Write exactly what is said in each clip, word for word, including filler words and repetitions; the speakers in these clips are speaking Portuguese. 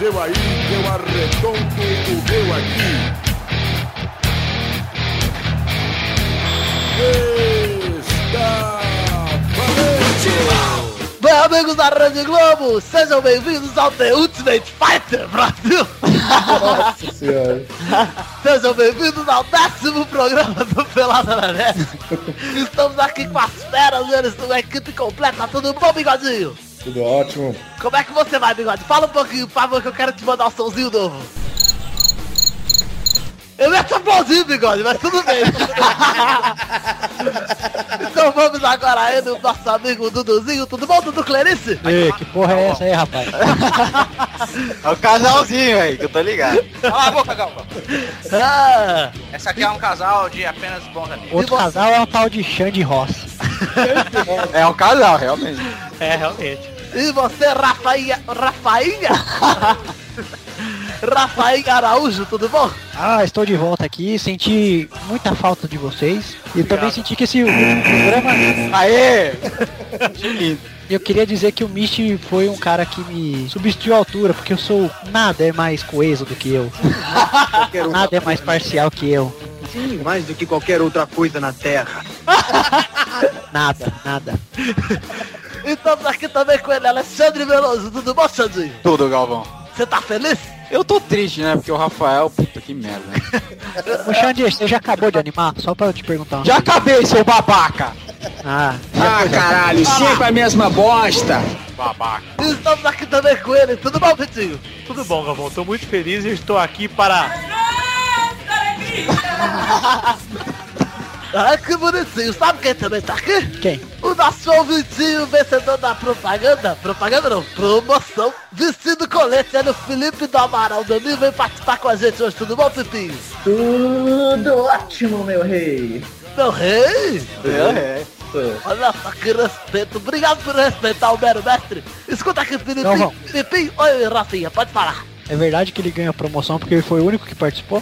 seu aí, que eu arredondo o meu aqui. Está valente! Bem, amigos da Rede Globo, sejam bem-vindos ao The Ultimate Fighter Brasil! Nossa senhora! Sejam bem-vindos ao décimo programa do Pelada na Net. Estamos aqui com as feras, eles são uma equipe completa, tudo bom, Bigodinho? Tudo ótimo. Como é que você vai, Bigode? Fala um pouquinho, por favor, que eu quero te mandar um somzinho novo. Eu ia te aplaudir, Bigode, mas tudo bem. Então vamos agora aí no nosso amigo Duduzinho. Tudo bom, Dudu Clarice? Ei, que porra é essa aí, rapaz? É o casalzinho aí, que eu tô ligado. Cala a boca, Galvão. Ah, Essa aqui é um casal de apenas bons amigos. Outro casal é um tal de Xande Ross. É um casal, realmente. É, realmente. e você, Rafainha... Rafainha? Rafainha Araújo, tudo bom? Ah, estou de volta aqui, senti muita falta de vocês. E também senti que esse último programa... Aê! Que lindo. Eu queria dizer que o Misty foi um cara que me substituiu à altura, porque eu sou... Nada é mais coeso do que eu. Nada é mais parcial que eu. Sim, mais do que qualquer outra coisa na Terra. Nada, nada. E estamos aqui também com ele, Alexandre Veloso. Tudo bom, Xandinho? Tudo, Galvão. Você tá feliz? Eu tô triste, né? Porque o Rafael, puta que merda. Né? Ô Xande, você já acabou de animar? Só pra eu te perguntar. Já acabei, seu babaca! Ah, Ah, caralho, sempre a mesma bosta. Babaca. E estamos aqui também com ele. Tudo bom, Vitinho? Tudo bom, Galvão? Tô muito feliz e estou aqui para... Ai, que bonitinho. Sabe quem também tá aqui? quem? O nosso ouvintinho vencedor da propaganda. Propaganda não, promoção. Vestido colete, ele, o Felipe do Amaral Dani, vem participar com a gente hoje. Tudo bom, Pipinho? Tudo ótimo, meu rei. Meu rei? É, Olha só que respeito. Obrigado por respeitar o mero mestre. Escuta aqui, Felipe. Não, não. Pipinho, oi, Rafinha, pode falar. É verdade que ele ganha a promoção porque ele foi o único que participou?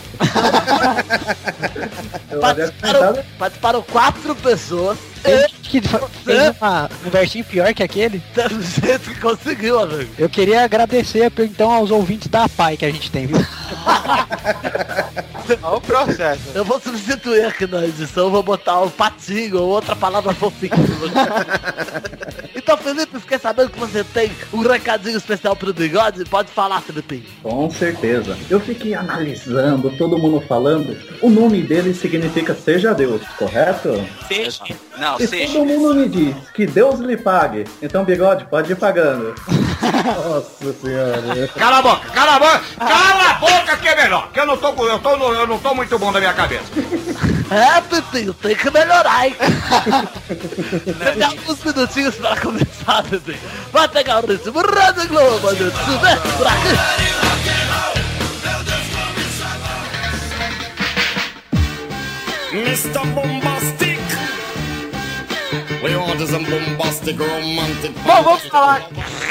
Eu havia Participaram, comentado. participaram quatro pessoas. Tem E gente que fa- fez uma, um versinho pior que aquele. teve gente que conseguiu, amigo. Eu queria agradecer então aos ouvintes da P A I que a gente tem, viu? Olha o processo. Eu vou substituir aqui na edição, vou botar o patinho ou outra palavra fofinha. Então, Felipe, fiquei sabendo que você tem um recadinho especial pro Bigode. Pode falar, Felipe. Com certeza. Eu fiquei analisando, todo mundo falando. O nome dele significa seja Deus, correto? Não, E seja. todo mundo me diz que Deus lhe pague. Então, Bigode, pode ir pagando. Nossa senhora. Cala a boca, cala a boca, cala a boca que é melhor. Que eu não tô, com- eu tô, no- eu não tô muito bom da minha cabeça. É, Pipinho, tem que melhorar, hein? Tem alguns minutinhos para começar, Pipinho. Vai pegar o ritmo. Rádio Globo, a gente se vê por aqui. mister Bombastic. We want some bombastic romantic. Bom, vamos falar.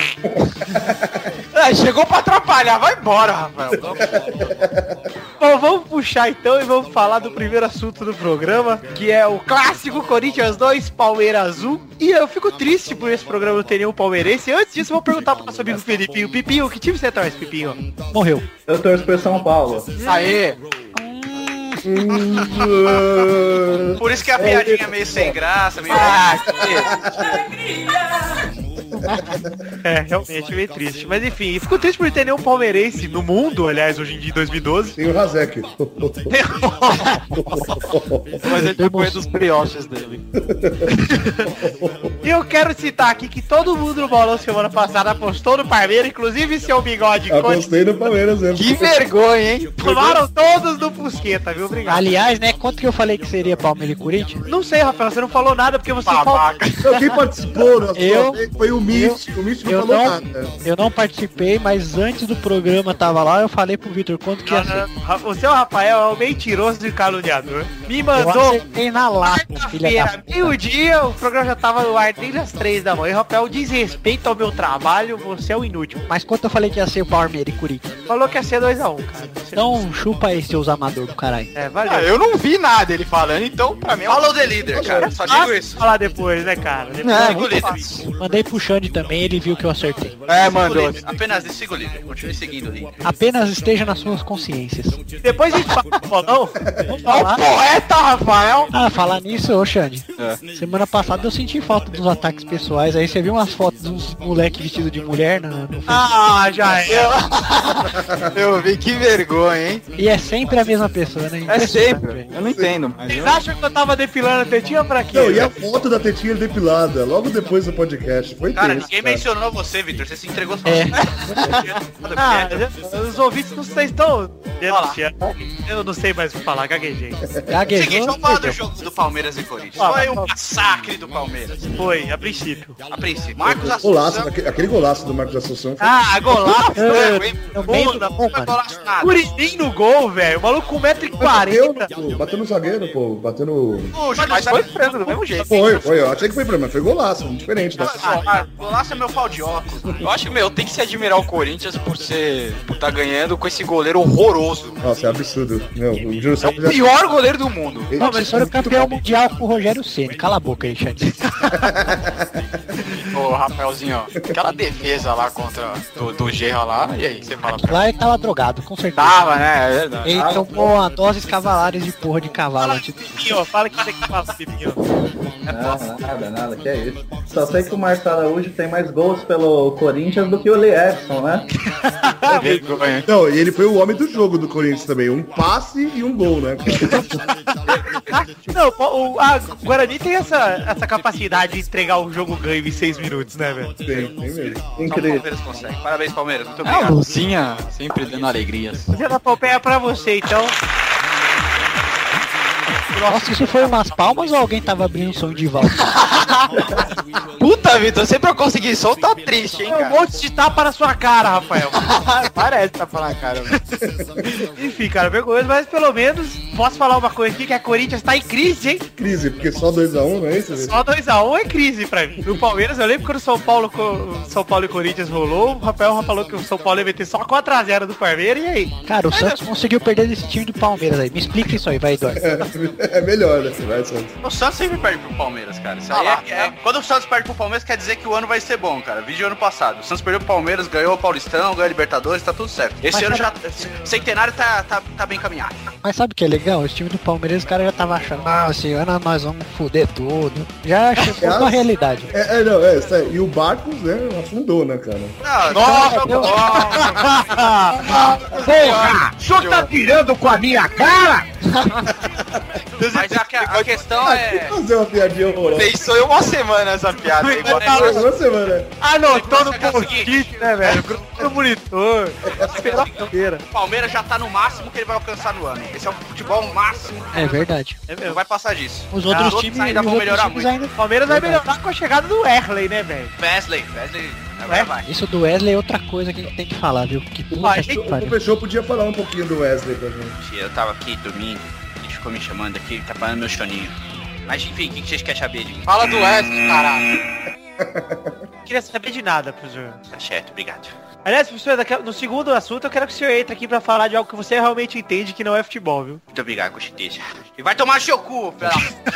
É, chegou pra atrapalhar, vai embora, Rafael. Bom, vamos puxar então e vamos falar do primeiro assunto do programa, que é o clássico Corinthians dois, Palmeiras um. E eu fico triste por esse programa não ter nenhum palmeirense. Antes disso, eu vou perguntar pro nosso amigo Felipinho. Pipinho, que time você torce, Pipinho? Morreu. Eu torço pro São Paulo. Aê. Por isso que a piadinha é meio sem graça, meio... Ah, É, realmente, meio triste. Mas enfim, eu fico triste por não ter nenhum palmeirense no mundo, aliás, hoje em dia, em dois mil e doze. Tem o Razek. Mas ele depois dos brioches dele. E eu quero citar aqui que todo mundo no bolão semana passada apostou no Palmeiras, inclusive seu bigode. Apostei no Palmeiras mesmo. Que vergonha, hein? Tomaram todos do Fusqueta, viu? Obrigado. Aliás, né, quanto que eu falei que seria Palmeiras e Corinthians? Não sei, Rafael, você não falou nada porque você Babaca. Quem participou? Nossa, Eu- foi o Mitch. O Mitch não Eu falou não, nada. eu não participei, mas antes do programa tava lá, eu falei pro Vitor quanto que ia ser. O seu Rafael é um mentiroso e caluniador. Me Eu mandou acertei na lata, filha da quarta-feira, meio-dia, o programa já tava no ar desde as três da manhã. Rafael, desrespeito ao meu trabalho, você é o inútil. Mas quando eu falei que ia ser o Palmeiras e Corinthians? Falou que ia ser dois a um, cara. Você então chupa aí, seus amador do caralho. É, valeu. Ah, eu não vi nada ele falando, então pra mim é Follow the leader, cara. Só digo isso. falar depois, né, cara? Depois É, Siga o líder. Mandei pro Xande também, ele viu que eu acertei. É, Siga o mandou. líder. Apenas isso, siga o líder. Continue seguindo o líder. Apenas esteja nas suas consciências. Depois a gente fala do bolão. Vamos falar. Poeta, Rafael! Ah, falar nisso, ô Xande. É. Semana passada eu senti falta dos ataques pessoais. Aí você viu umas fotos dos moleque vestido de mulher na, no Facebook. Ah, já é. Eu vi, que vergonha, hein? E é sempre a mesma pessoa, né? É Impressionante, sempre. velho. Eu não entendo. Mas Vocês eu... acham que eu tava depilando a tetinha pra quê? Não, e a foto da tetinha depilada, logo depois do podcast. Foi Cara, tenso, ninguém cara. mencionou você, Vitor. Você se entregou só. É. Ah, já- os ouvintes não vocês estão denunciando. Eu não sei mais o que falar, gaguejei. Gaguejou, Seguinte, vamos falar do perdeu. jogo do Palmeiras e Corinthians. Ah, Foi um vai. massacre do Palmeiras. Foi, a princípio. A princípio. Marcos Golaço, Assunção. aquele, aquele golaço do Marcos Assunção. foi- Ah, golaço! No meio do Não gol, foi mano. golaço nada. Curirim no gol, velho. O maluco com um metro e Bateu, quarenta. pô, bateu no zagueiro, pô. Bateu no. O Júlio Mas César- foi frango do mesmo jeito. Foi, foi. Eu achei que foi pra mim, mas foi golaço, diferente da. Ah, golaço é meu pau de óculos. Eu acho que, meu, tem que se admirar o Corinthians por ser... por tá ganhando com esse goleiro horroroso. Nossa, é absurdo. Meu, o Júlio É o César já. pior goleiro do mundo. Ele- Não, mas foi o campeão mundial com o Rogério Ceni. Cala a boca aí, Xande. Ô, Rafaelzinho, ó, aquela defesa lá contra do, do Gerra lá, e aí, você fala pra Lá ele tava drogado, com certeza. Tava, né? É verdade. Ele tomou uma doses cavalares de porra de cavalo antes do... Pipinho, fala que você que fala, Pipinho. Não, nada, nada, que é isso. Só sei que o Marcos Araújo tem mais gols pelo Corinthians do que o Leerson, né? Que vergonha. Não, e ele foi o homem do jogo do Corinthians também. Um passe e um gol, né? cara? Não, o, o- a Guarani tem essa, essa capacidade de entregar um jogo ganho em seis minutos, né, velho? Tem, tem mesmo. Só o Incrível. Palmeiras consegue. Parabéns, Palmeiras. Muito É, a obrigado. Lucinha sempre dando alegrias. Você da Pompeia pra você, então. Nossa, isso foi umas palmas ou alguém tava abrindo um som de valsa? Puta, Vitor, sempre eu consegui som, tá triste, hein, É um cara. monte de tapa na sua cara, Rafael. Parece tá falando, cara. Enfim, cara, vergonhoso, mas pelo menos posso falar uma coisa aqui, que a Corinthians tá em crise, hein? Crise, porque só dois a um, não é isso? gente? Só dois a um é crise pra mim. No Palmeiras, eu lembro quando o São Paulo, co- São Paulo e Corinthians rolou, o Rafael falou que o São Paulo ia meter só quatro a zero do Palmeiras, e aí? Cara, o Santos conseguiu perder desse time do Palmeiras aí. Me explica isso aí, vai, Eduardo. É, é melhor, né? Vai, Santos. O Santos sempre perde pro Palmeiras, cara. Isso aí é, é- Quando o Santos perde pro Palmeiras, quer dizer que o ano vai ser bom, cara. Vídeo ano passado. O Santos perdeu pro Palmeiras, ganhou o Paulistão, ganhou a Libertadores, tá tudo certo. Esse Mas ano sabe- já. Centenário tá, tá, tá bem caminhado. Mas sabe o que é legal? Esse time do Palmeiras, os caras já tava achando, ah, esse ano nós vamos foder tudo. Já chegou com a realidade. É, é, não, é, sério. E o Barcos, né, afundou, né, cara? Não, Nossa, Deus. Porra! O senhor tá tirando com a minha cara? mas a, a questão é. Fazer uma piadinha horrorosa. Pensou em uma semana essa piada, hein, igual- Foi uma semana. Anotou no Negócio é o post-it, né, velho? Grupo do monitor. Espera O Palmeiras já tá no máximo que ele vai alcançar no ano. Esse é o futebol máximo. É verdade. Não vai passar disso. Os Ah, outros times ainda os vão outros melhorar times muito. ainda. O Palmeiras vai melhorar com a chegada do Erley, né, velho? Wesley, Wesley. Agora É? vai. Isso do Wesley é outra coisa que a gente tem que falar, viu? Que puta Vai, que O pariu. Peixão podia falar um pouquinho do Wesley pra gente. Eu tava aqui dormindo, ele ficou me chamando aqui, tá parando meu soninho. Mas enfim, o que que vocês querem saber de mim? Fala do Wesley, caralho. Não queria saber de nada, professor. Tá certo, obrigado. Aliás, professor, daqui a- no segundo assunto, eu quero que o senhor entre aqui pra falar de algo que você realmente entende, que não é futebol, viu? Muito obrigado, com certeza. E vai tomar seu cu, pela...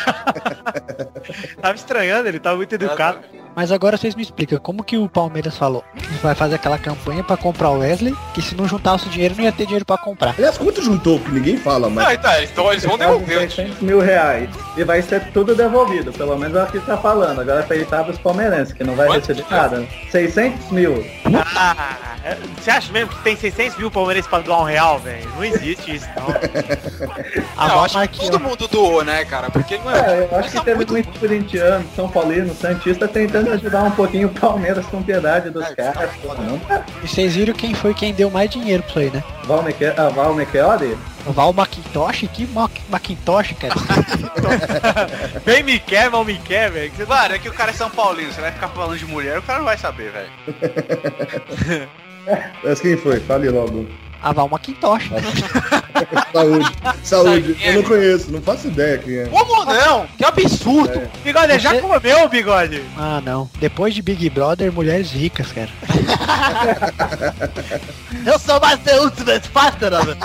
Tava estranhando, ele tava muito educado. Mas agora vocês me explicam, como que o Palmeiras falou? Que vai fazer aquela campanha pra comprar o Wesley, que se não juntasse o dinheiro, não ia ter dinheiro pra comprar. Aliás, quanto juntou? Que ninguém fala, mas... Não, então, eles, tão- eles vão devolver. seiscentos mil reais. E vai ser tudo devolvido, pelo menos é o que tá falando. Agora é peitado os palmeirenses, que não vai Quanto? receber nada. seiscentos mil. Ah, é- você acha mesmo que tem seiscentos mil palmeirenses pra doar um real, velho? Não existe isso, não. A Não, Val acho que Marquinhos. todo mundo doou, né, cara? Porque não É, eu acho que Tá teve muito- muito corintiano, São Paulino, Santista tentando ajudar um pouquinho o Palmeiras com piedade dos caras. Pô, não dá. E vocês viram quem foi quem deu mais dinheiro pra isso aí, né? Val Meque- ah, Val Mequeori? O Val Macintosh? Que Mac- Macintosh, cara? Bem me quer, mal me quer, velho. que você tá- Mano, é que o cara é São Paulino, você vai ficar falando de mulher, o cara não vai saber, velho. Mas quem foi? Fale logo. Ah, vai, o Macintosh. Saúde, saúde. Eu não conheço, não faço ideia quem é. Como não? Que absurdo. É. Bigode, já comeu, Bigode? Ah, não. Depois de Big Brother, mulheres ricas, cara. Eu sou mais The Ultimate Fighter, né?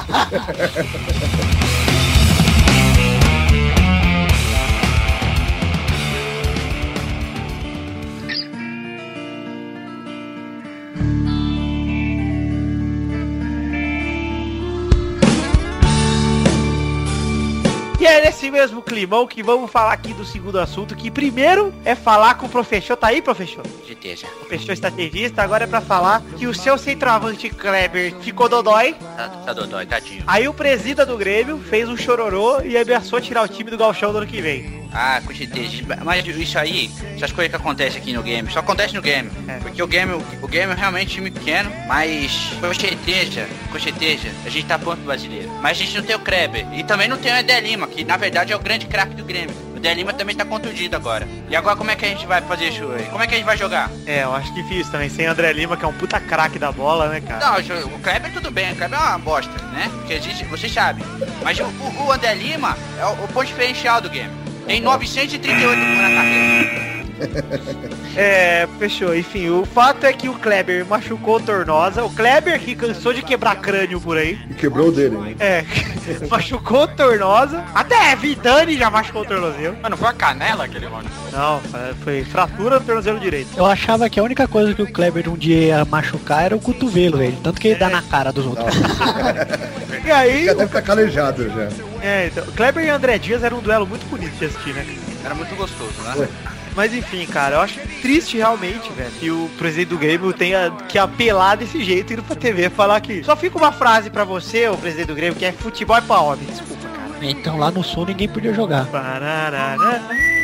E é nesse mesmo climão que vamos falar aqui do segundo assunto, que primeiro é falar com o professor. Tá aí, professor? Certeza. Professor estrategista, agora é pra falar que o seu centroavante Kleber ficou dodói. Tá, tá dodói, tadinho. Aí o presida do Grêmio fez um chororô e ameaçou tirar o time do Gauchão do ano que vem. Ah, com certeza. Mas isso aí, essas coisas que acontecem aqui no game, só acontece no game. É. Porque o game, o game é realmente um time pequeno, mas com certeza, com certeza, a gente tá pronto brasileiro. Mas a gente não tem o Kleber. E também não tem o Eder Lima, que na verdade é o grande craque do Grêmio. O Eder Lima também tá contundido agora. E agora como é que a gente vai fazer isso aí? Como é que a gente vai jogar? É, eu acho difícil também, sem André Lima, que é um puta craque da bola, né, cara? Não, o Kleber tudo bem, o Kleber é uma bosta, né? Porque a gente, vocês sabem. Mas o, o, o André Lima é o, o ponto diferencial do game. Tem novecentos e trinta e oito gols na carreira. É, fechou. Enfim, o fato é que o Kleber machucou o Tornosa. O Kleber que cansou de quebrar crânio por aí. E quebrou o dele, né? É, machucou o Tornosa. Até Vidani já machucou o tornozelo. Mas não foi a canela que ele machucou? Não, foi fratura do tornozelo direito. Eu achava que a única coisa que o Kleber um dia ia machucar era o cotovelo, velho. Tanto que ele dá na cara dos outros. E aí... Já deve ficar calejado já. É, então, Kleber e André Dias era um duelo muito bonito de assistir, né? Era muito gostoso, né? Ué. Mas enfim, cara, eu acho triste realmente, velho, que o presidente do Grêmio tenha que apelar desse jeito e ir pra T V falar que... Só fica uma frase pra você, o presidente do Grêmio, que é futebol é pra homem, desculpa, cara. Então lá no sul ninguém podia jogar. Pararara.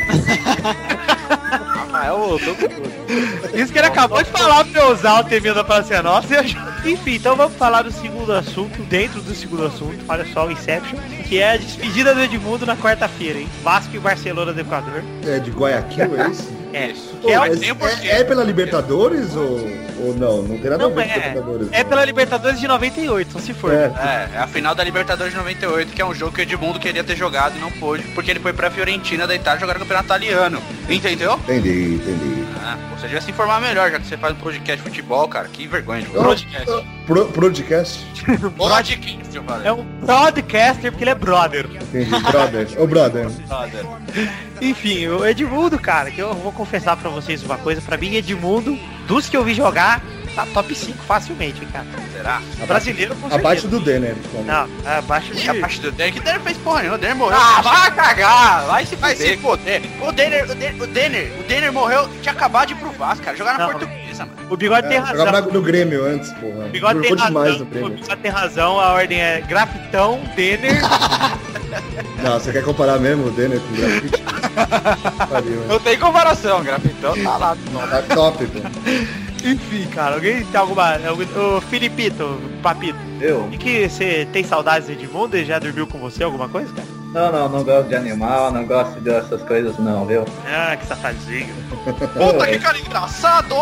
Rafael voltou com tudo. Isso que ele acabou de falar pra eu usar o termino da Praça Nossa. Enfim, então vamos falar do segundo assunto, dentro do segundo assunto, olha só, o Inception, que é a despedida do Edmundo na quarta-feira, hein? Vasco e Barcelona do Equador. É de Guayaquil, é isso? É, Pô, que é, o- mas tem um porquê. é, é pela Libertadores ou, ou não? Não tem nada não a ver com é, Libertadores. é pela Libertadores de noventa e oito, só se for. É. É, é a final da Libertadores de noventa e oito, que é um jogo que o Edmundo queria ter jogado e não pôde, porque ele foi pra Fiorentina da Itália jogar no campeonato italiano. Entendeu? Entendi, entendi. Ah, você devia se informar melhor, já que você faz um podcast de futebol, cara. Que vergonha de Podcast. Pro, podcast? Podcast, eu falei. É um broadcaster porque ele é brother. Entendi, brother. Ô, brother. Enfim, o Edmundo, cara, que eu vou confessar pra vocês uma coisa, pra mim Edmundo, dos que eu vi jogar, tá top cinco facilmente, cara. Será? Brasileiro com certeza. Abaixo do Denner. Não, abaixo de... E a parte do Denner, que Denner fez porra nenhuma, o Denner morreu. Ah, vai cagar! Vai se Vai se fuder. foder. O Denner, o Denner, o Denner, o Denner morreu, tinha acabado de ir pro Vasco, cara. Jogar na Não. Portuguesa, mano. O Bigode tem É, razão. jogava no Grêmio antes, porra. O Bigode tem Jogou demais razão. no O Grêmio. Bigode tem razão, a ordem é Grafitão, Denner. Não, você quer comparar mesmo o Denner com o grafite? Pariu, Não tem comparação, grafitão tá lá. tá top, pô. Enfim, cara, alguém tem alguma... O Filipito, Papito, Eu? e que você tem saudades de Edmundo e já dormiu com você alguma coisa, cara? Não, não, não gosto de animal, não gosto dessas coisas não, viu? Ah, que safadinho. Puta que cara engraçado!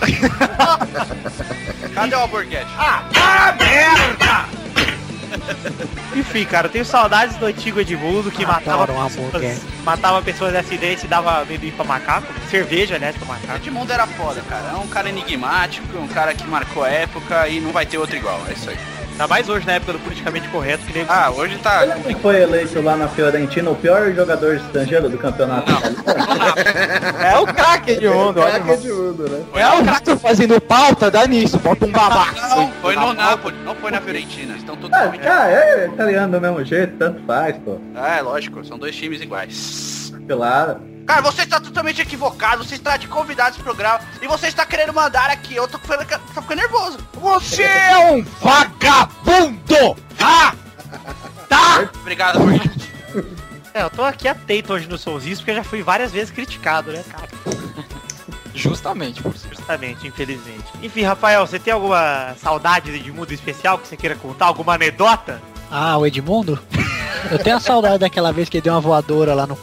Cadê o hamburguete? Ah, Enfim, cara, eu tenho saudades do antigo Edmundo que matava Adoro um pessoas, hambúrguer. matava pessoas em acidente e dava bebida pra macaco. Cerveja, aliás, pra macaco. Edmundo era foda, cara. É um cara enigmático, um cara que marcou a época e não vai ter outro igual. É isso aí. Ainda mais hoje, na época do politicamente correto, que nem... Ah, hoje tá... Ele foi eleito lá na Fiorentina o pior jogador estrangeiro do campeonato italiano. É o craque de mundo, olha. Craque de mundo, né? É o gato fazendo pauta, dá nisso, bota um babaca. Não, foi no Napoli, não foi na Fiorentina. Estão Ah, totalmente... ah, é italiano do mesmo jeito, tanto faz, pô. É, lógico, são dois times iguais. Claro. Cara, você está totalmente equivocado, você está de convidado esse programa e você está querendo mandar aqui. Eu tô ficando, tô ficando nervoso. Você é um vagabundo! Ah! Tá! Obrigado, por É, eu tô aqui atento hoje no Souzinhos porque eu já fui várias vezes criticado, né, cara? Justamente, por isso. Justamente, infelizmente. Enfim, Rafael, você tem alguma saudade de Edmundo especial que você queira contar? Alguma anedota? Ah, o Edmundo? Eu tenho a saudade daquela vez que ele deu uma voadora lá no cara.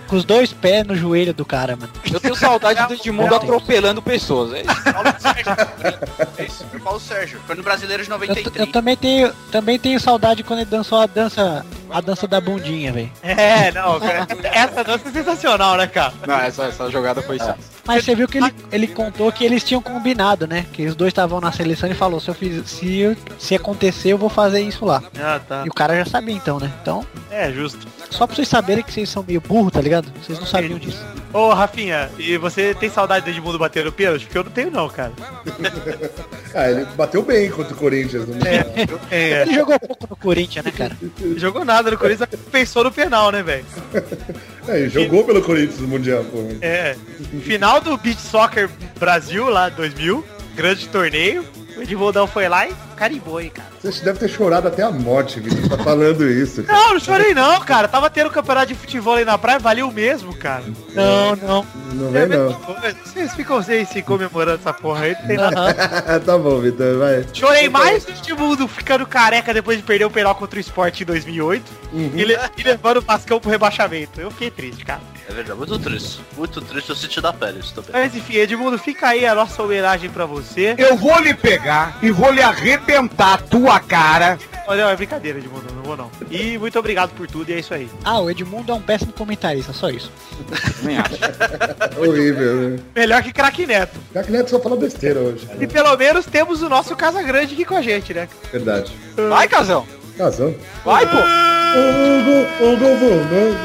com os dois pés no joelho do cara, mano. Eu tenho saudade do Edmundo atropelando pessoas. É isso. Paulo Sérgio. É isso, foi o Paulo Sérgio. Foi no Brasileiro de noventa e Eu, três. eu também tenho, também tenho saudade quando ele dançou a dança, a dança da bundinha, velho. É, não, cara. Essa dança é sensacional, né, cara? Não, essa, essa jogada foi só. Mas você viu que ele, ele contou que eles tinham combinado, né? Que os dois estavam na seleção e falou, se eu fiz, se, eu- se acontecer, eu vou fazer isso lá. Ah, tá. E o cara já sabia então, né? Então, É, justo. só pra vocês saberem que vocês são meio burro, tá ligado? Vocês não sabiam disso. Ô, Rafinha, e você tem saudade do Edmundo bater no pênalti? Porque eu não tenho não, cara. Ah, ele bateu bem contra o Corinthians. Não É, é. Ele jogou pouco no Corinthians, né, cara? Jogou nada no Corinthians, pensou no penal, né, velho? É, ele jogou pelo Corinthians no Mundial, pô. É. Final do Beach Soccer Brasil, lá dois mil, grande torneio. O Edmundão foi lá e carimbou, hein, cara. Você deve ter chorado até a morte, Vitor, tá falando isso. cara. Não, não chorei não, cara. Tava tendo campeonato de futebol aí na praia, valeu mesmo, cara. Não, não. Não É a vem, mesma não. coisa. Vocês ficam sem se comemorando essa porra aí, não tem nada. Tá bom, Vitor, vai. Chorei mais do Edmundo ficando careca depois de perder o penal contra o Sport em dois mil e oito e, le- e levando o Vascão pro rebaixamento. Eu fiquei triste, cara. É verdade, muito triste. Muito triste, eu senti da pele isso também. Mas enfim, Edmundo, fica aí a nossa homenagem pra você. Eu vou lhe pegar e vou lhe arrebentar a tua cara. Olha, é brincadeira, Edmundo, não vou não. E muito obrigado por tudo, e é isso aí. Ah, o Edmundo é um péssimo comentarista, só isso. Nem acho. Horrível, né? Melhor que Craque Neto. Já que Neto só fala besteira hoje. E pelo menos temos o nosso Casagrande aqui com a gente, né? Verdade. Vai, Casão. Razão. Vai, pô. Ô, Galvão, né?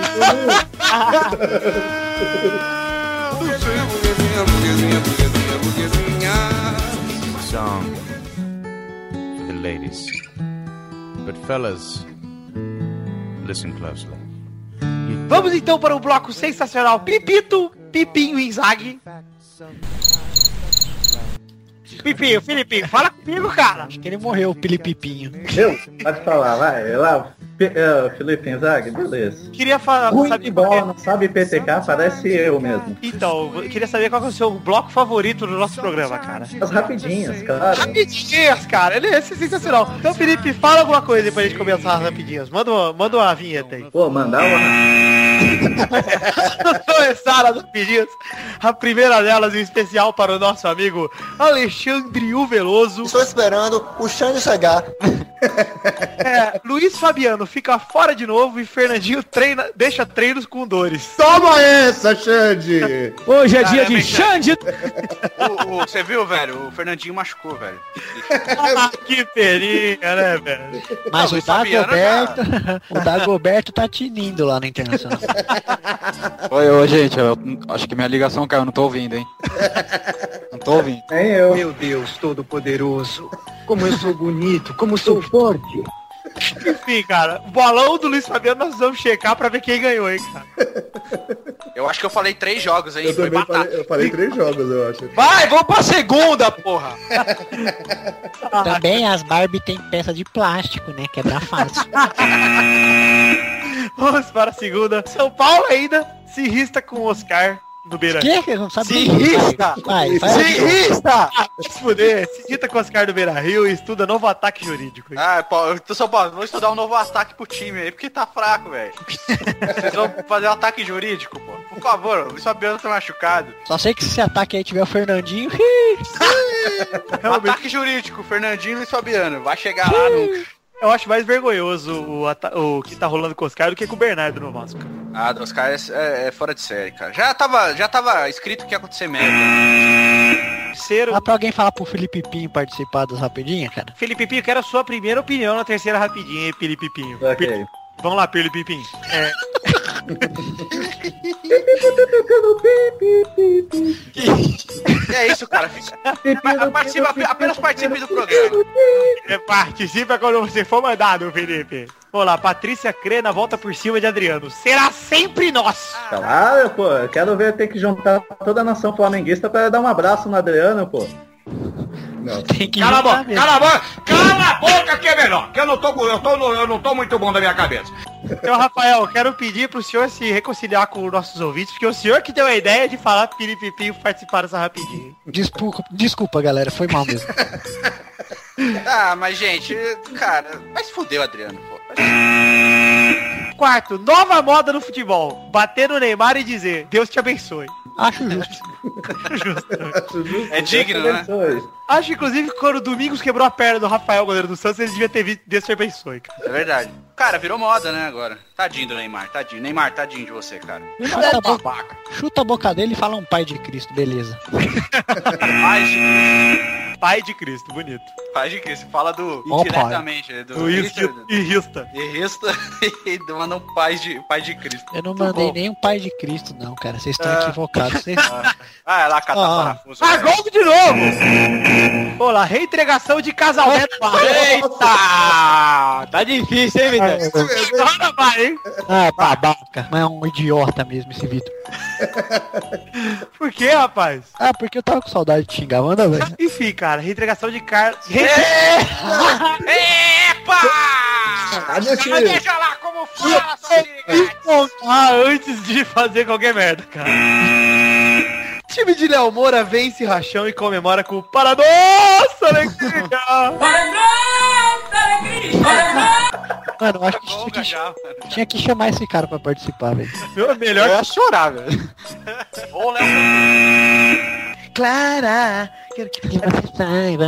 Song for the ladies. But fellas, listen closely. Vamos então para o bloco sensacional Pipito, Pipinho Inzaghi. Pipinho, Filipinho, fala comigo, cara. Acho que ele morreu, o Pilipipinho. Eu? Pode falar, vai. Vai lá. P- é, Felipe Inzaghi, beleza. Queria falar, Ruim sabe de bola, não sabe P T K, parece eu mesmo. Então, eu queria saber qual que é o seu bloco favorito do nosso programa, cara. As rapidinhas, claro. Rapidinhas, cara. Ele é sensacional. Então, Felipe, fala alguma coisa aí pra gente começar as rapidinhas. Manda uma, manda uma vinheta aí. Pô, mandar uma... Começaram as rapidinhas. A primeira delas, em especial para o nosso amigo Alexandre U. Veloso. Estou esperando o Xande chegar. É, Luiz Fabiano fica fora de novo e Fernandinho treina, deixa treinos com dores. Toma essa, Xande! Hoje é dia Caramba, de hein, Xande. O- o- Você viu, velho? O Fernandinho machucou, velho. Ah, que peninha, né, velho? Mas Não, o o Fabiano Dagoberto, o Dagoberto tá tinindo lá no Internacional. Oi, ô, gente, eu acho que minha ligação caiu, não tô ouvindo, hein? Não tô ouvindo. Nem eu. Meu Deus Todo-Poderoso. Como eu sou bonito, como eu sou forte. Enfim, cara, o bolão do Luiz Fabiano nós vamos checar pra ver quem ganhou, hein, cara. Eu acho que eu falei três jogos aí. Eu Foi também batata. falei, eu falei três jogos, eu acho. Vai, vamos pra segunda, porra. Também as Barbie tem peça de plástico, né? Quebra fácil. Vamos para a segunda. São Paulo ainda se rista com o Oscar no Beira. Que? Eu não sabia. Se rista. Vai, vai. Se rista. Se fuder, se irrita com o Oscar do Beira Rio e estuda novo ataque jurídico. Ah, Paulo, eu tô São Paulo, vou estudar um novo ataque pro time aí, porque tá fraco, velho. Vocês vão fazer um ataque jurídico, pô. Por favor, o Luiz Fabiano tá machucado. Só sei que se esse ataque aí tiver o Fernandinho, Ataque jurídico, Fernandinho e Luiz Fabiano. Vai chegar lá nunca. Eu acho mais vergonhoso o, ata- o que tá rolando com o Oscar do que com o Bernardo no Vasco. Ah, dos caras é, é fora de série, cara. Já tava, já tava escrito que ia acontecer merda. Terceiro, dá pra alguém falar pro Felipe Pinho participar das rapidinhas, cara? Felipe Pinho, quero a sua primeira opinião na terceira rapidinha, hein, Felipe Pinho. Ok. Vamos lá, Felipe Pinho. É, Que é isso, cara? Participa, apenas participe do programa. é, participa quando você for mandado, Felipe. Vamos lá, Patrícia Crena volta por cima de Adriano. Será sempre nós. Claro, pô. Eu quero ver ter que juntar toda a nação flamenguista pra dar um abraço no Adriano, pô. Não. Tem que Cala a juntar boca, mesmo. cala a boca, cala a boca que é melhor, que eu não tô, eu tô, eu não tô muito bom da minha cabeça. Então, Rafael, eu quero pedir pro senhor se reconciliar com os nossos ouvintes, porque o senhor que deu a ideia de falar pro Felipe Pinho participar dessa rapidinha. Desculpa, desculpa, galera, foi mal mesmo. Ah, mas gente, cara, vai se fuder o Adriano, pô. quarto, nova moda no futebol. Bater no Neymar e dizer, Deus te abençoe. Acho justo. Justo. É digno, né? Acho, inclusive, que quando o Domingos quebrou a perna do Rafael, goleiro do Santos, ele devia ter visto Deus te abençoe, cara. É verdade. Cara, virou moda, né, agora. Tadinho do Neymar, tadinho. Neymar, tadinho de você, cara. Chuta a, boca, chuta a boca dele e fala um pai de Cristo, beleza. Pai de Cristo. Pai de Cristo, bonito. Pai de Cristo. Fala do... Oh, indiretamente. Do, do Irrista. Irrista. Irrista e manda um pai de, pai de Cristo. Eu não mandei bom. nenhum pai de Cristo, não, cara. Vocês estão ah. equivocados. Vocês... Ah, é lá, catar ah. parafuso. Ah, gol de novo! Olá, reentregação de casamento. Eita! Tá difícil, hein, Vitor? Agora vai, hein? Ah, babaca. Mas é um idiota mesmo esse Vitor. Por que, rapaz? Ah, porque eu tava com saudade de xingar, manda, velho. Enfim, cara, reentregação de car... Epa! Ah, deixa lá como fala, ah, antes de fazer qualquer merda, cara. Time de Léo Moura vence Rachão e comemora com o Paradoça Alegria! Mano, eu acho que tinha que, já, tinha que chamar esse cara pra participar, velho. Meu, melhor eu ia chorar, velho. Ô, Léo. Clara, quero que você saiba.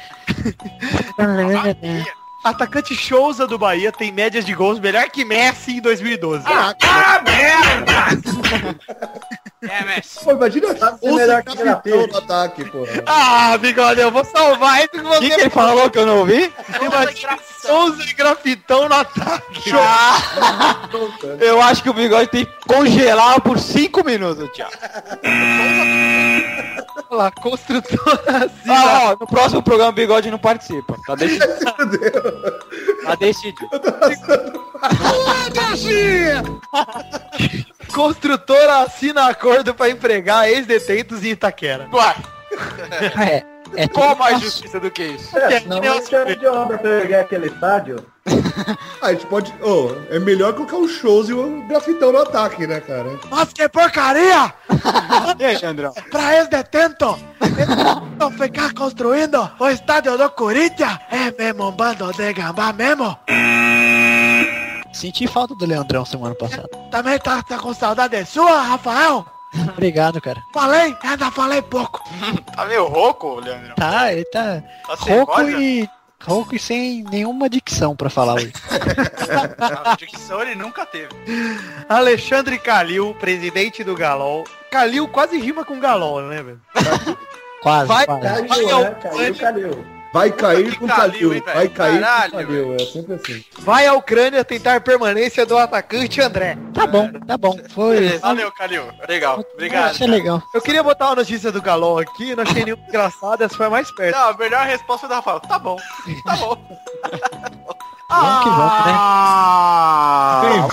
Atacante Souza do Bahia tem médias de gols melhor que Messi em dois mil e doze. Ah, ah merda! É, Messi. Pô, imagina o melhor capitão do ataque, porra. Ah, bigode, eu vou salvar isso que você... O que, que ele falou que eu não ouvi? Souza e grafitão no ataque. Ah, eu acho que o bigode tem que congelar por cinco minutos, Thiago. Olha lá, construtora assim. Ah, ó, no próximo programa o bigode não participa. Tá decidido. Tá decidido. Construtora assina acordo pra empregar ex-detentos em Itaquera. Ué. É, é qual mais justiça do que isso? É, não é chama de obra pra pegar aquele estádio. Ah, a gente pode... Oh, é melhor colocar o shows e o grafitão no ataque, né, cara? Nossa, que porcaria! E aí, Andrão? Pra ex-detento, não ficar construindo o estádio do Corinthians é mesmo um bando de gambá mesmo. Senti falta do Leandrão semana passada. Também tá, tá com saudade sua, Rafael? Obrigado, cara. Falei? Ainda falei pouco. Tá meio rouco, Leandrão? Tá, ele tá, tá rouco e... Rouco e sem nenhuma dicção pra falar hoje. A dicção ele nunca teve. Alexandre Calil, presidente do Galol. Calil quase rima com Galol, né, velho? Quase, vai, quase. Vai, Calil, né? Calil, Calil. Vai cair com Calil, Calil. hein, Vai cair Caralho, com Calil. É sempre assim. Vai a Ucrânia tentar permanência do atacante André. Tá bom, tá bom. Foi. Valeu, Calil. Legal. Obrigado. Isso é legal. Eu queria botar uma notícia do Galol aqui, não achei nenhuma engraçada, essa foi a mais perto. Não, a melhor resposta do Rafael. Tá bom. Tá bom. Vamos que vamos, né? Ah!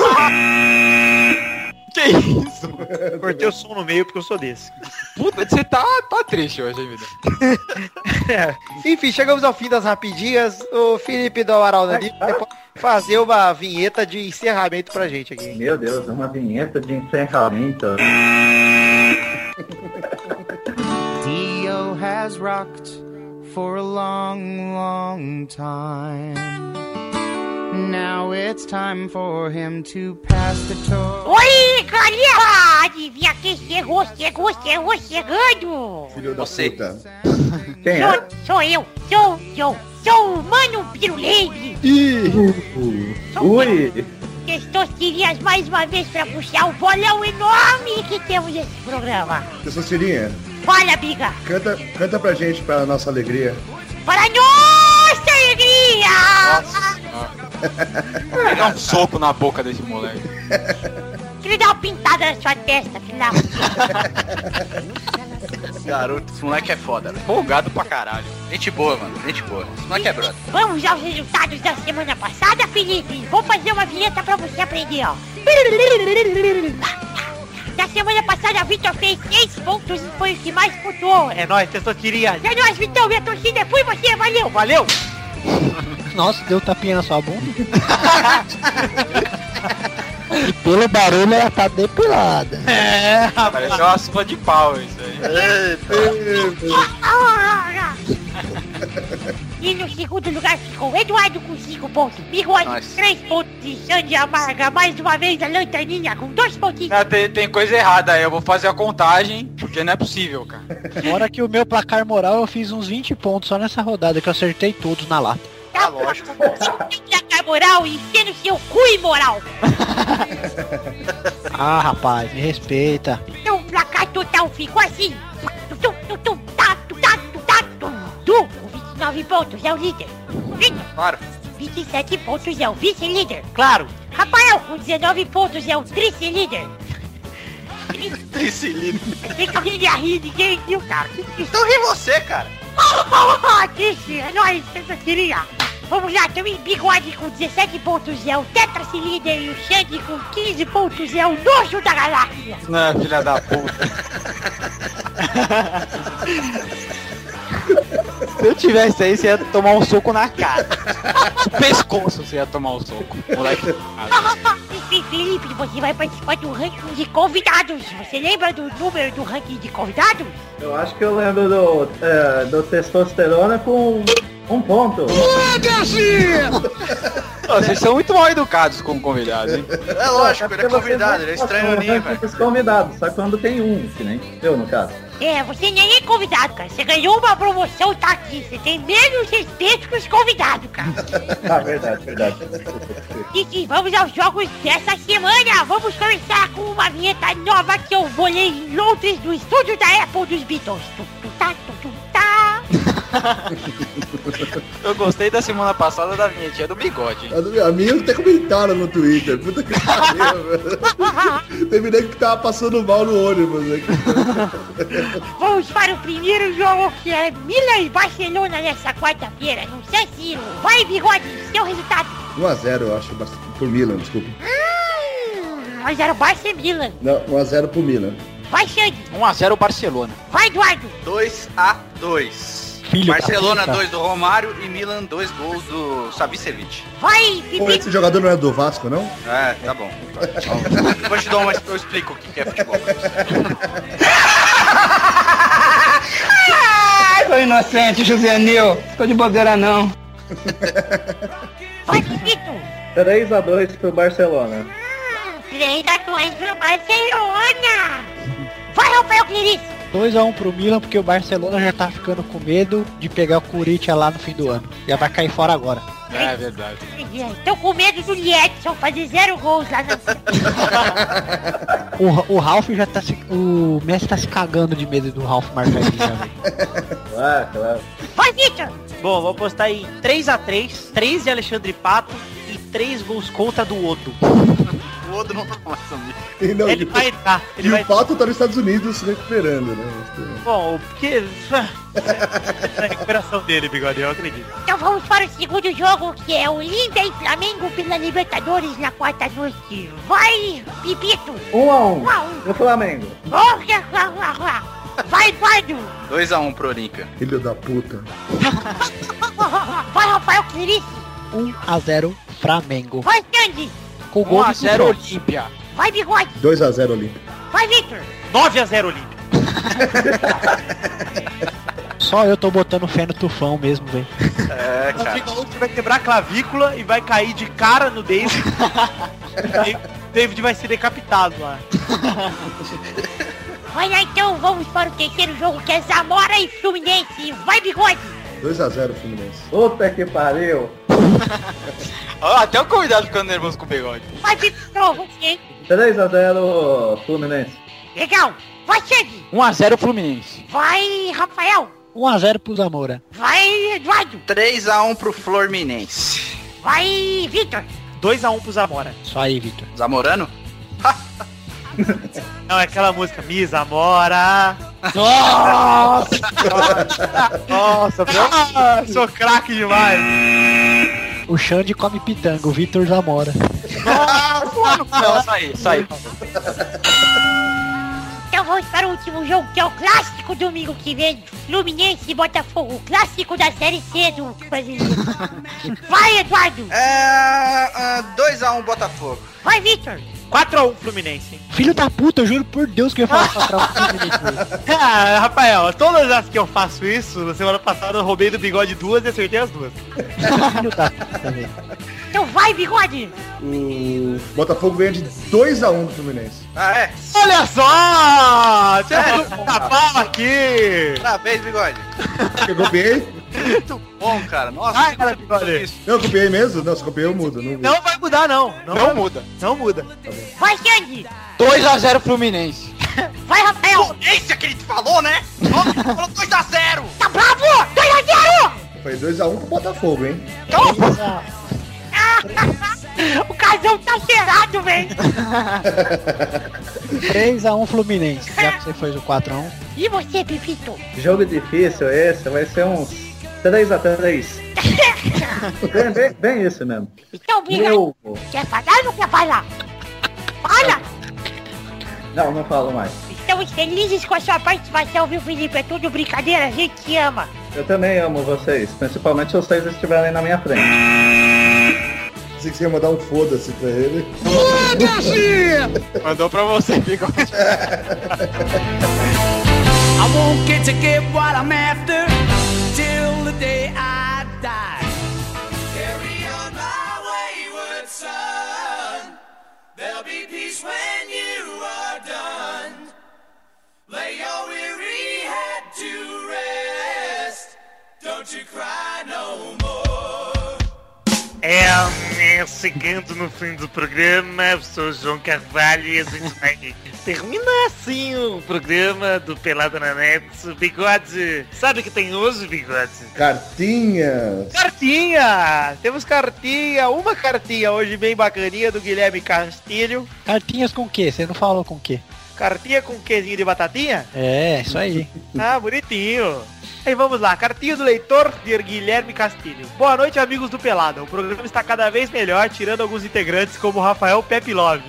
Que isso? Cortei o som no meio porque eu sou desse. Puta, você tá, tá triste hoje, hein, vida? É. Enfim, chegamos ao fim das rapidinhas. O Felipe do Amaral ali pode fazer uma vinheta de encerramento pra gente aqui. Meu Deus, uma vinheta de encerramento. Dio has rocked for a long, long time. Now it's time for him to pass the torch. Oi, galera! Adivinha quem chegou, chegou, chegou, chegando! Filho da Você. puta. Quem Sou, é? sou eu, sou, sou, sou o Mano Piruleide! Ui! Testosterinhas mais uma vez pra puxar o bolão enorme que temos nesse programa. Testosterinha, Fala, biga! canta, canta pra gente, pra nossa alegria. Para nossa alegria! Vou dar um soco na boca desse moleque. Queria dar uma pintada na sua testa, final. Garoto, esse moleque é foda, velho. Folgado pra caralho. Gente boa, mano. Gente boa. Esse moleque é brother. Vamos aos resultados da semana passada, Felipe. Vou fazer uma vinheta pra você aprender, ó. Na semana passada, a Vitor fez seis pontos e foi o que mais pontuou. É nóis, Testosterinha. É nóis, Vitor. Minha torcida foi você. Valeu. Valeu. Nossa, deu tapinha na sua bunda. E pelo barulho ela tá depilada. É, rapaz. Parece uma suva de pau isso aí. Ah, E no segundo lugar ficou Eduardo com cinco pontos, Bigode Nossa. três pontos e Xande Amarga mais uma vez a Lanterninha com dois pontinhos. Não, tem, tem coisa errada aí, eu vou fazer a contagem, porque não é possível, cara. Fora que o meu placar moral eu fiz uns vinte pontos só nessa rodada, que eu acertei todos na lata. Tá lógico. Placar moral e enfia no seu cu imoral. Ah, rapaz, me respeita. Então o placar total ficou assim. Tum, tum, tum, tá, tum, tá, tum, tá, tum. Tu, com vinte e nove pontos, é o líder. Vitor, Claro. vinte e sete pontos, é o vice-líder. Claro. Rafael, com dezenove pontos, é o trice-líder. Tricilino. Fica rindo a rir, ninguém viu, cara. Então ri você, cara. Trice, é nóis, essa queria. Vamos lá, também Bigode com dezessete pontos, é o tetra-líder. E o Xande com quinze pontos, é o nojo da galáxia. Não, filha da puta. Se eu tivesse aí, você ia tomar um soco na cara. No pescoço você ia tomar um soco. Moleque. Enfim, Felipe, você vai participar do ranking de convidados. Você lembra do número do ranking de convidados? Eu acho que eu lembro do, é, do testosterona com um ponto. Ô, vocês são muito mal educados como convidados, hein? É lógico, ele é porque vocês convidado, não ele é passam estranho no ninho, ranking velho. dos convidados, só quando tem um, que nem eu no caso. É, você nem é convidado, cara. Você ganhou uma promoção, tá aqui. Você tem menos respeito que os convidados, cara. Ah, verdade, verdade. E sim, vamos aos jogos dessa semana. Vamos começar com uma vinheta nova que eu bolei em Londres, do estúdio da Apple dos Beatles. Tum, tum, tá, tum, tum, tá. Eu gostei da semana passada da vinhetinha do Bigode, hein? A, do- a minha até comentaram no Twitter. Puta que pariu, velho. Teve nego que tava passando mal no ônibus, né? Vamos para o primeiro jogo, que é Milan e Barcelona nessa quarta-feira. Não sei se vai, Bigode, seu resultado. um a zero, eu acho, bast- por Milan, desculpa. Hum, mas era o Barça e Milan. Não, um a zero pro Milan. Vai, Xande. um a zero Barcelona. Vai, Eduardo. dois a dois. Filho da Barcelona puta. dois do Romário e Milan dois gols do Savicevic. Vai, Pô, Pipi. esse jogador não é do Vasco, não? É, tá bom. Depois te dou uma, eu explico o que é futebol. Ai, foi inocente, juvenil. Ficou de bobeira não. Vai, Pipito. três a dois pro Barcelona. três a dois pro Barcelona. Vai, Rafael Clarice. dois a um pro Milan, porque o Barcelona já tá ficando com medo de pegar o Corinthians lá no fim do ano. Já vai cair fora agora. É verdade. Tô com medo do Liedson fazer zero gols lá na... O, o Ralf já tá se... O Messi tá se cagando de medo do Ralf marcar ele já, velho. Ah, claro. Vai, Victor. Bom, vou apostar em três a três, três de Alexandre Pato e três gols contra do Odo. O outro não tá mais amigo. E, não, Ele e, vai entrar, ele e vai o Pato tá nos Estados Unidos se recuperando, né? Bom, porque... É a recuperação dele, Bigode, eu acredito. Então vamos para o segundo jogo, que é o Linda e Flamengo pela Libertadores na quarta noite. Vai, Pipito. um a um. um a um. No Flamengo. Vai, Eduardo. dois a um pro Olímpia. Filho da puta. Vai, Rafael Clarice. um a zero Flamengo. Vai, Xande. Com um gol a do zero Santos. Olímpia. Vai, Bigode. dois a zero Olímpia. Vai, Victor. nove a zero Olímpia. Só eu tô botando fé no Tufão mesmo, velho. É, O cara. Bigode vai quebrar a clavícula e vai cair de cara no David. E o David vai ser decapitado lá. Vai lá então, vamos para o terceiro jogo, que é Zamora e Fluminense. Vai, Bigode. dois a zero Fluminense. Puta que pariu. Ó, até o convidado ficando nervoso com o Bigode. Vai, Victor, você. três a zero Fluminense. Legal. Vai, Xande. um a zero Fluminense. Vai, Rafael. um a zero pro Zamora. Vai, Eduardo. três a um pro Fluminense. Vai, Victor. dois a um pro Zamora. Isso aí, Victor. Zamorano? Não, é aquela música, Misa Mora. Nossa! Nossa, meu. Ah, sou craque demais. O Xande come pitanga, o Victor Zamora. Não, sai, sai. Então vamos para o último jogo, que é o clássico domingo que vem. Fluminense e Botafogo. O clássico da Série C do brasileiro. Vai, Eduardo. É... dois a um Botafogo. Vai, Victor. quatro a um Fluminense. Hein? Filho da puta, eu juro por Deus que eu ia falar quatro a um Fluminense. Ah, Rafael, todas as que eu faço isso, na semana passada eu roubei do Bigode duas e acertei as duas. Filho da puta, velho. Então vai, Bigode! O Botafogo ganha de dois a um do Fluminense. Ah, é? Olha só! Temos um tapau aqui! Parabéns, Bigode. Eu copiei? Muito bom, cara. Nossa, Ai, cara, Bigode. Não, eu copiei mesmo? Não, se copiei eu mudo. Não, Não vai mudar, não. Não, Não vai- muda. Não muda. Vai, Xande! dois a zero Fluminense. Vai, Rafael! Esse é que ele te falou, né? Nossa, ele falou dois a zero. Tá bravo? dois a zero! Foi dois a um pro Botafogo, hein? O casão tá cheirado, velho! três a um Fluminense, já que você fez o quatro a um. E você, Pepito? Jogo difícil esse, vai ser uns três a três. bem, bem, bem isso mesmo. Então, Bigode, Meu... quer falar ou não quer falar? Fala! Não, não falo mais. Estamos felizes com a sua participação, viu, Felipe? É tudo brincadeira, a gente te ama. Eu também amo vocês, principalmente se vocês estiverem na minha frente. Pensei que você ia mandar um foda-se pra ele. Mandou pra você, Bigode. I won't get to get what I'm after till the day I die. Carry on my wayward son. There'll be peace when you are done. Lay your weary head to rest. Don't you cry no more. É, é, chegando no fim do programa, eu sou o João Carvalho e a gente vai terminar assim o programa do Pelada na Net. Bigode, sabe o que tem hoje, Bigode? Cartinhas. Cartinha! Temos cartinha, uma cartinha hoje bem bacaninha do Guilherme Castilho. Cartinhas com o quê? Você não falou com o quê? Cartinha com queijinho de batatinha? É, isso aí. Ah, bonitinho. Aí vamos lá, cartinha do leitor de Guilherme Castilho. Boa noite, amigos do Pelada. O programa está cada vez melhor, tirando alguns integrantes como o Rafael Pepe Love.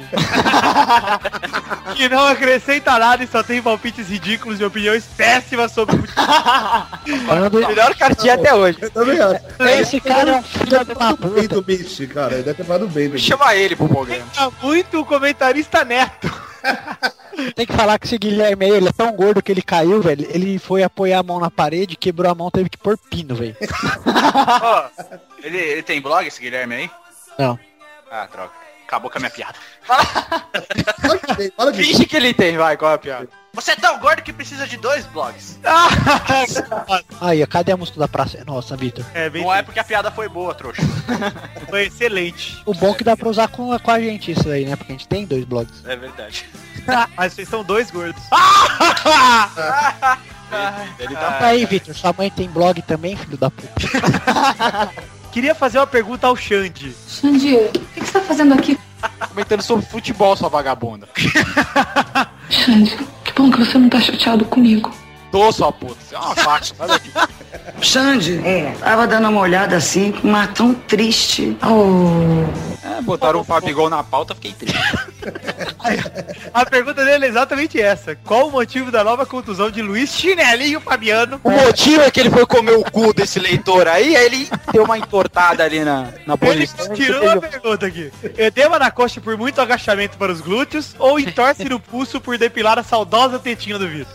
Que não acrescenta nada e só tem palpites ridículos e opiniões péssimas sobre o Falando... Melhor cartinha até hoje. Eu também acho. Esse cara é um filho Ele da deve ter falado bem puta. do Mitch, cara. Ele deve ter falado bem do Mitch. Chama ele pro programa. Tá muito o comentarista Neto. Tem que falar que esse Guilherme aí, ele é tão gordo que ele caiu, velho. Ele foi apoiar a mão na parede, quebrou a mão, teve que pôr pino, velho. Ó, ele, ele tem blog, esse Guilherme aí? Não. Ah, droga. Acabou com a minha piada. Fala que tem, fala que Finge que ele tem, vai, qual é a piada? Você é tão gordo que precisa de dois blogs. Aí, ó, cadê a música da praça? Nossa, Vitor. É, bem Não é porque a piada foi boa, trouxa. Foi excelente. O bom é que dá pra usar com, com a gente isso aí, né? Porque a gente tem dois blogs. É verdade. Mas vocês são dois gordos. Ele tá... Aí, Vitor, sua mãe tem blog também, filho da puta? Queria fazer uma pergunta ao Xande. Xande, o que, que você tá fazendo aqui? comentando sobre futebol, sua vagabunda. Xande, que bom que você não tá chateado comigo. Tô, sua puta. Você é uma faca, sai daqui. Xande, é, tava dando uma olhada assim, mas tão triste. Oh. É, botaram um Fabigol na pauta, fiquei triste. A pergunta dele é exatamente essa. Qual o motivo da nova contusão de Luiz Chinelinho Fabiano? O motivo é que ele foi comer o cu desse leitor aí, aí ele deu uma entortada ali na, na Ele posição. tirou a pergunta aqui. Edema na coxa por muito agachamento para os glúteos ou entorse no pulso por depilar a saudosa tetinha do Vitor?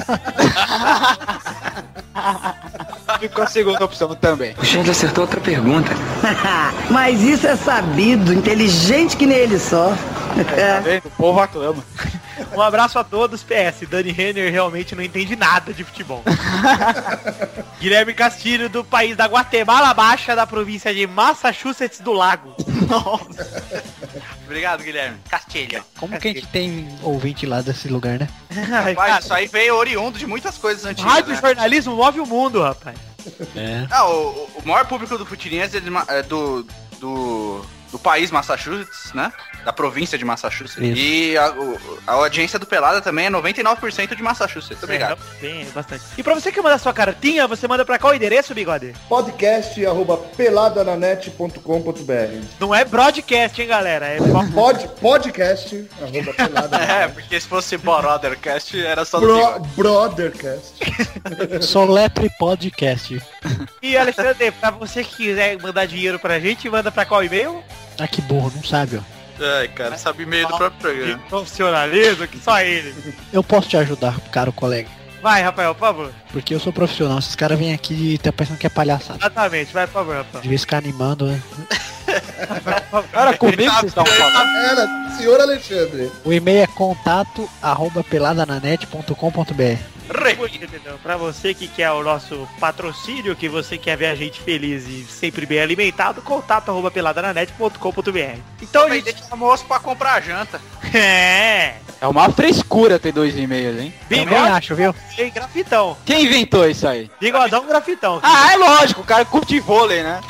Ficou a segunda opção também. O Xande acertou outra pergunta. Mas isso é sabido, inteligente que nem ele só. Tá vendo? O povo aclama. Um abraço a todos, P S. Dani Renner realmente não entende nada de futebol. Guilherme Castilho, do país da Guatemala Baixa, da província de Massachusetts do Lago. Nossa. Obrigado, Guilherme. Castilho. Como que a gente tem ouvinte lá desse lugar, né? Rapaz, isso aí veio oriundo de muitas coisas antigas. Rádio né? jornalismo move o mundo, rapaz. É. Ah, o, o maior público do Futirinhas é, de, é do, do, do país Massachusetts, né? Da província de Massachusetts. Isso. E a, o, a audiência do Pelada também é noventa e nove por cento de Massachusetts. Obrigado. É, bem, bastante. E pra você que manda sua cartinha, você manda pra qual endereço, Bigode? Podcast arroba peladananet ponto com ponto br. Não é broadcast, hein, galera? É Pod, podcast arroba peladananet. É, porque se fosse Brothercast era só do Bro, Bigode. Brothercast. Solepre Podcast. E Alexandre, pra você que quiser mandar dinheiro pra gente, manda pra qual e-mail? Ah, que burro, não sabe, ó. Ai, cara, sabe e-mail do próprio programa. Profissionalismo que só ele. Eu posso te ajudar, caro colega. Vai, Rafael, por favor. Porque eu sou profissional. Esses caras vêm aqui e tá pensando que é palhaçada. Exatamente, vai, por favor, Rafael. Devia ficar animando, né? Era comigo que vocês estão falando. Era, senhor Alexandre. O e-mail é contato arroba peladananet ponto com ponto b r. Pra você que quer o nosso patrocínio, que você quer ver a gente feliz e sempre bem alimentado, contato arroba peladananet ponto com ponto b r. Então a gente deixa o almoço pra comprar janta. É. É uma frescura ter dois e-mails, hein? Também acho, viu? Tem grafitão. Quem inventou isso aí? Bigodão grafitão. Ah, é lógico, o cara curte vôlei, né?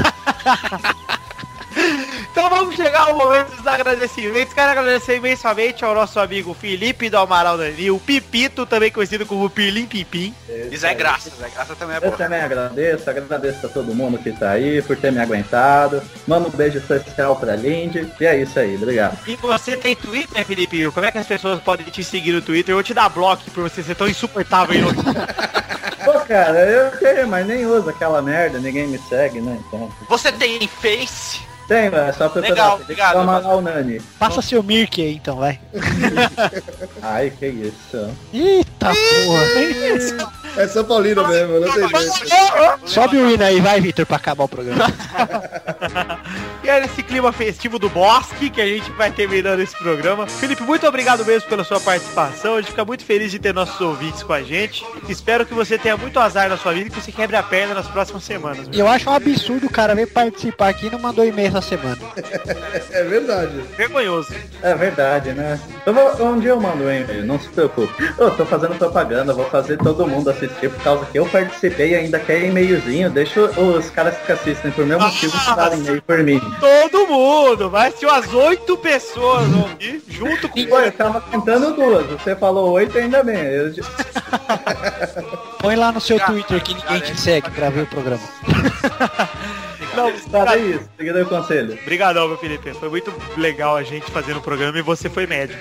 Então vamos chegar ao momento dos agradecimentos. Quero agradecer imensamente ao nosso amigo Felipe do Amaral Dani, o Pipito, também conhecido como Pilim Pipim. Isso é graça, Zé Graça também é Eu bom. também agradeço, agradeço a todo mundo que tá aí por ter me aguentado. Manda um beijo especial pra Lindy. E é isso aí, obrigado. E você tem Twitter, Felipe? Como é que as pessoas podem te seguir no Twitter? Eu vou te dar bloco por você ser tão insuportável. Pô, cara, eu tenho, mas nem uso aquela merda, ninguém me segue, né? Então. Você tem Face? Tem, é só procurar. Legal, obrigado. Amaral Nani. Passa seu Mirk aí, então, vai. Ai, que isso. Eita porra. É São Paulino mesmo, não tem jeito. Sobe o hino aí, vai, Vitor, pra acabar o programa. E é nesse clima festivo do Bosque que a gente vai terminando esse programa. Felipe, muito obrigado mesmo pela sua participação. A gente fica muito feliz de ter nossos ouvintes com a gente. Espero que você tenha muito azar na sua vida e que você quebre a perna nas próximas semanas. E eu acho um absurdo o cara veio participar aqui e não mandou e-mail essa semana. É verdade. Vergonhoso. É verdade, né? Eu vou, um dia eu mando um e-mail, não se preocupe. Eu tô fazendo propaganda, vou fazer todo mundo assistir por causa que eu participei e ainda quer e-mailzinho. Deixa os caras que assistem por meu motivo mandarem e-mail por mim. Todo mundo! Vai ser umas oito pessoas aqui, junto com... Pô, eu tava contando duas, você falou oito, ainda bem. Eu... Põe lá no seu Twitter que ninguém te segue pra ver o programa. Não, tá, é isso, seguindo o conselho. Obrigadão, meu Felipe. Foi muito legal a gente fazendo o programa e você foi médio.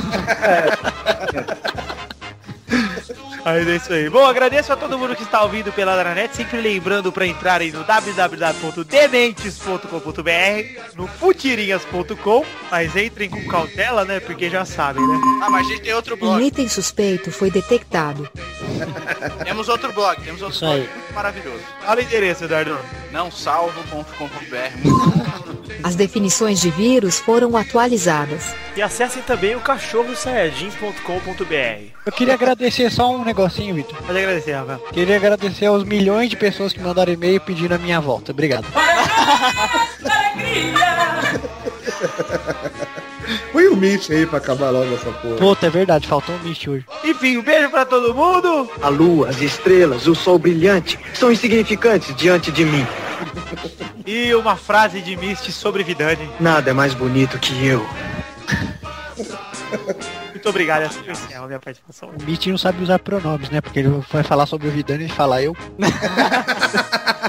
Aí é isso aí. Bom, agradeço a todo mundo que está ouvindo pela Dranet, sempre lembrando para entrarem no w w w ponto dementes ponto com ponto b r, no futirinhas ponto com, mas entrem com cautela, né, porque já sabem, né? Ah, mas a gente tem outro blog. Um item suspeito foi detectado. Temos outro blog, temos outro Isso blog aí. muito maravilhoso. Olha o endereço, Eduardo. não salvo ponto com ponto b r. Muito bom. As definições de vírus foram atualizadas. E acessem também o cachorro saiyajins ponto com ponto b r. Eu queria agradecer só um negocinho, Vitor. Pode agradecer, Rafael. Queria agradecer aos milhões de pessoas que mandaram e-mail pedindo a minha volta. Obrigado. Põe o Mitch aí pra acabar logo essa porra. Puta, é verdade, faltou um Mitch hoje. Enfim, um beijo pra todo mundo. A lua, as estrelas, o sol brilhante são insignificantes diante de mim. E uma frase de Misty sobre Vidani. Nada é mais bonito que eu. Muito obrigado, essa foi a minha participação. O Mitch não sabe usar pronomes, né? Porque ele vai falar sobre o Vidani e fala eu.